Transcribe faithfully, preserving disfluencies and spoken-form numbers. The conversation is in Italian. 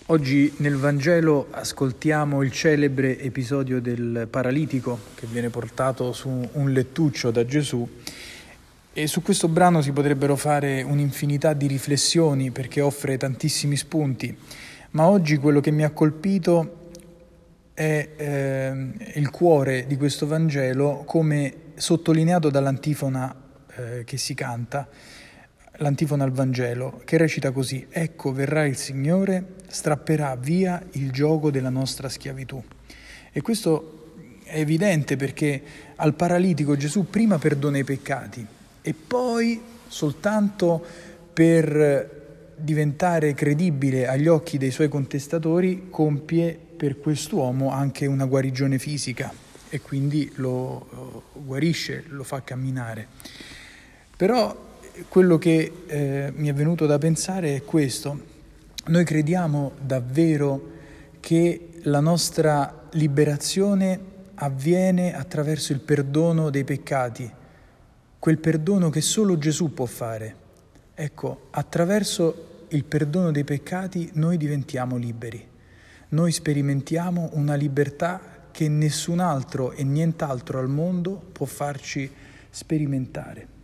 Oggi nel Vangelo ascoltiamo il celebre episodio del paralitico che viene portato su un lettuccio da Gesù, e su questo brano si potrebbero fare un'infinità di riflessioni perché offre tantissimi spunti, ma oggi quello che mi ha colpito è eh, il cuore di questo Vangelo, come sottolineato dall'antifona eh, che si canta, l'antifona al Vangelo, che recita così: «Ecco, verrà il Signore, strapperà via il giogo della nostra schiavitù». E questo è evidente perché al paralitico Gesù prima perdona i peccati e poi, soltanto per diventare credibile agli occhi dei suoi contestatori, compie per quest'uomo anche una guarigione fisica e quindi lo guarisce, lo fa camminare. Però quello che eh, mi è venuto da pensare è questo: noi crediamo davvero che la nostra liberazione avviene attraverso il perdono dei peccati, quel perdono che solo Gesù può fare? Ecco, attraverso il perdono dei peccati noi diventiamo liberi, noi sperimentiamo una libertà che nessun altro e nient'altro al mondo può farci sperimentare.